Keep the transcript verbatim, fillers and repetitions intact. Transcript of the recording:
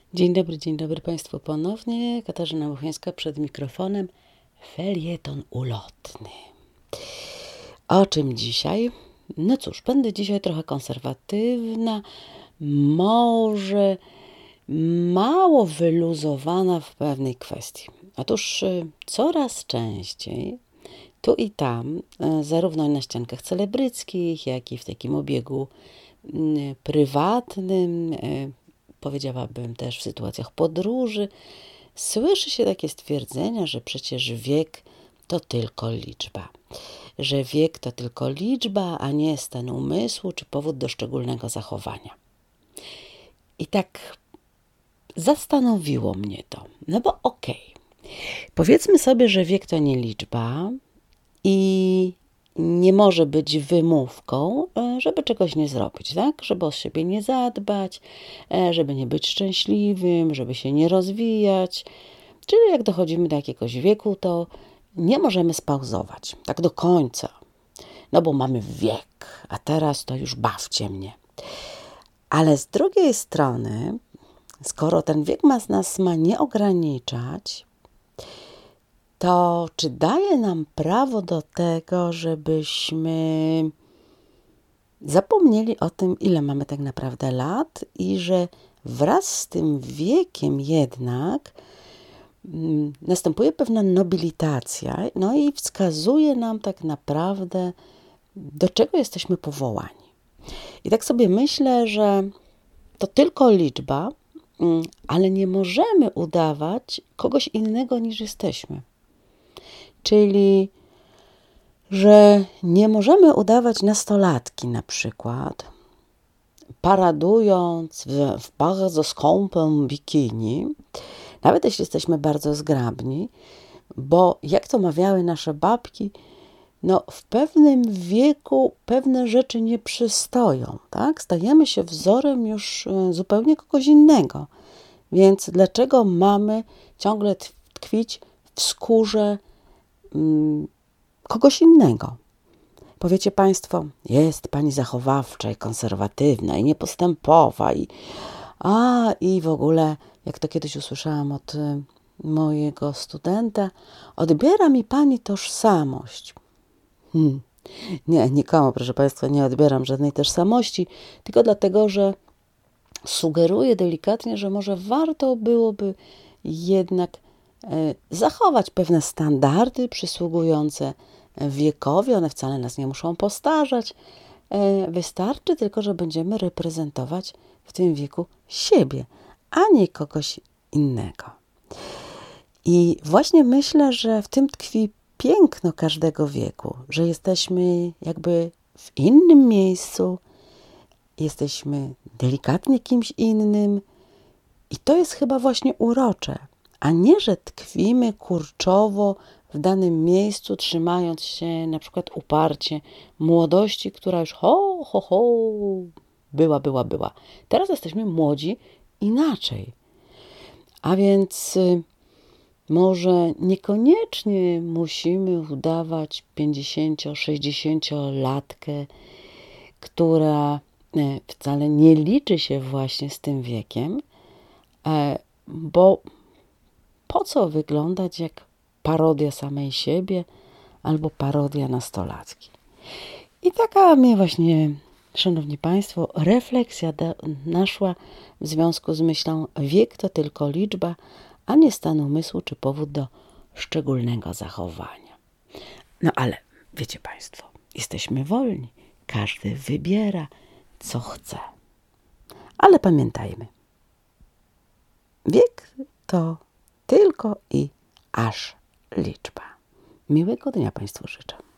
Dzień dobry, dzień dobry Państwu ponownie. Katarzyna Łuchańska przed mikrofonem. Felieton ulotny. O czym dzisiaj? No cóż, będę dzisiaj trochę konserwatywna, może mało wyluzowana w pewnej kwestii. Otóż coraz częściej tu i tam, zarówno na ściankach celebryckich, jak i w takim obiegu prywatnym, powiedziałabym też w sytuacjach podróży, słyszy się takie stwierdzenia, że przecież wiek to tylko liczba. Że wiek to tylko liczba, a nie stan umysłu czy powód do szczególnego zachowania. I tak zastanowiło mnie to. No bo okej, okay. Powiedzmy sobie, że wiek to nie liczba i nie może być wymówką, żeby czegoś nie zrobić, tak? Żeby o siebie nie zadbać, żeby nie być szczęśliwym, żeby się nie rozwijać. Czyli jak dochodzimy do jakiegoś wieku, to nie możemy spauzować tak do końca, no bo mamy wiek, a teraz to już bawcie mnie. Ale z drugiej strony, skoro ten wiek ma nas ma nie ograniczać, to czy daje nam prawo do tego, żebyśmy zapomnieli o tym, ile mamy tak naprawdę lat i że wraz z tym wiekiem jednak mm, następuje pewna nobilitacja, no i wskazuje nam tak naprawdę, do czego jesteśmy powołani. I tak sobie myślę, że to tylko liczba, mm, ale nie możemy udawać kogoś innego niż jesteśmy. Czyli, że nie możemy udawać nastolatki na przykład, paradując w, w bardzo skąpym bikini, nawet jeśli jesteśmy bardzo zgrabni, bo jak to mawiały nasze babki, no w pewnym wieku pewne rzeczy nie przystoją, tak? Stajemy się wzorem już zupełnie kogoś innego. Więc dlaczego mamy ciągle tkwić w skórze kogoś innego? Powiecie Państwo, jest Pani zachowawcza i konserwatywna i niepostępowa i a i w ogóle, jak to kiedyś usłyszałam od mojego studenta, odbiera mi Pani tożsamość. Hmm. Nie, nikomu, proszę Państwa, nie odbieram żadnej tożsamości, tylko dlatego, że sugeruję delikatnie, że może warto byłoby jednak zachować pewne standardy przysługujące wiekowi. One wcale nas nie muszą postarzać. Wystarczy tylko, że będziemy reprezentować w tym wieku siebie, a nie kogoś innego. I właśnie myślę, że w tym tkwi piękno każdego wieku, że jesteśmy jakby w innym miejscu, jesteśmy delikatnie kimś innym i to jest chyba właśnie urocze. A nie, że tkwimy kurczowo w danym miejscu, trzymając się na przykład uparcie młodości, która już ho, ho, ho, była, była, była. Teraz jesteśmy młodzi inaczej. A więc y, może niekoniecznie musimy udawać pięćdziesięcio-sześćdziesięciolatkę, która y, wcale nie liczy się właśnie z tym wiekiem, y, bo po co wyglądać jak parodia samej siebie albo parodia nastolatki? I taka mnie właśnie, szanowni Państwo, refleksja da, naszła w związku z myślą, wiek to tylko liczba, a nie stan umysłu czy powód do szczególnego zachowania. No ale wiecie Państwo, jesteśmy wolni, każdy wybiera co chce. Ale pamiętajmy, wiek to tylko i aż liczba. Miłego dnia Państwu życzę.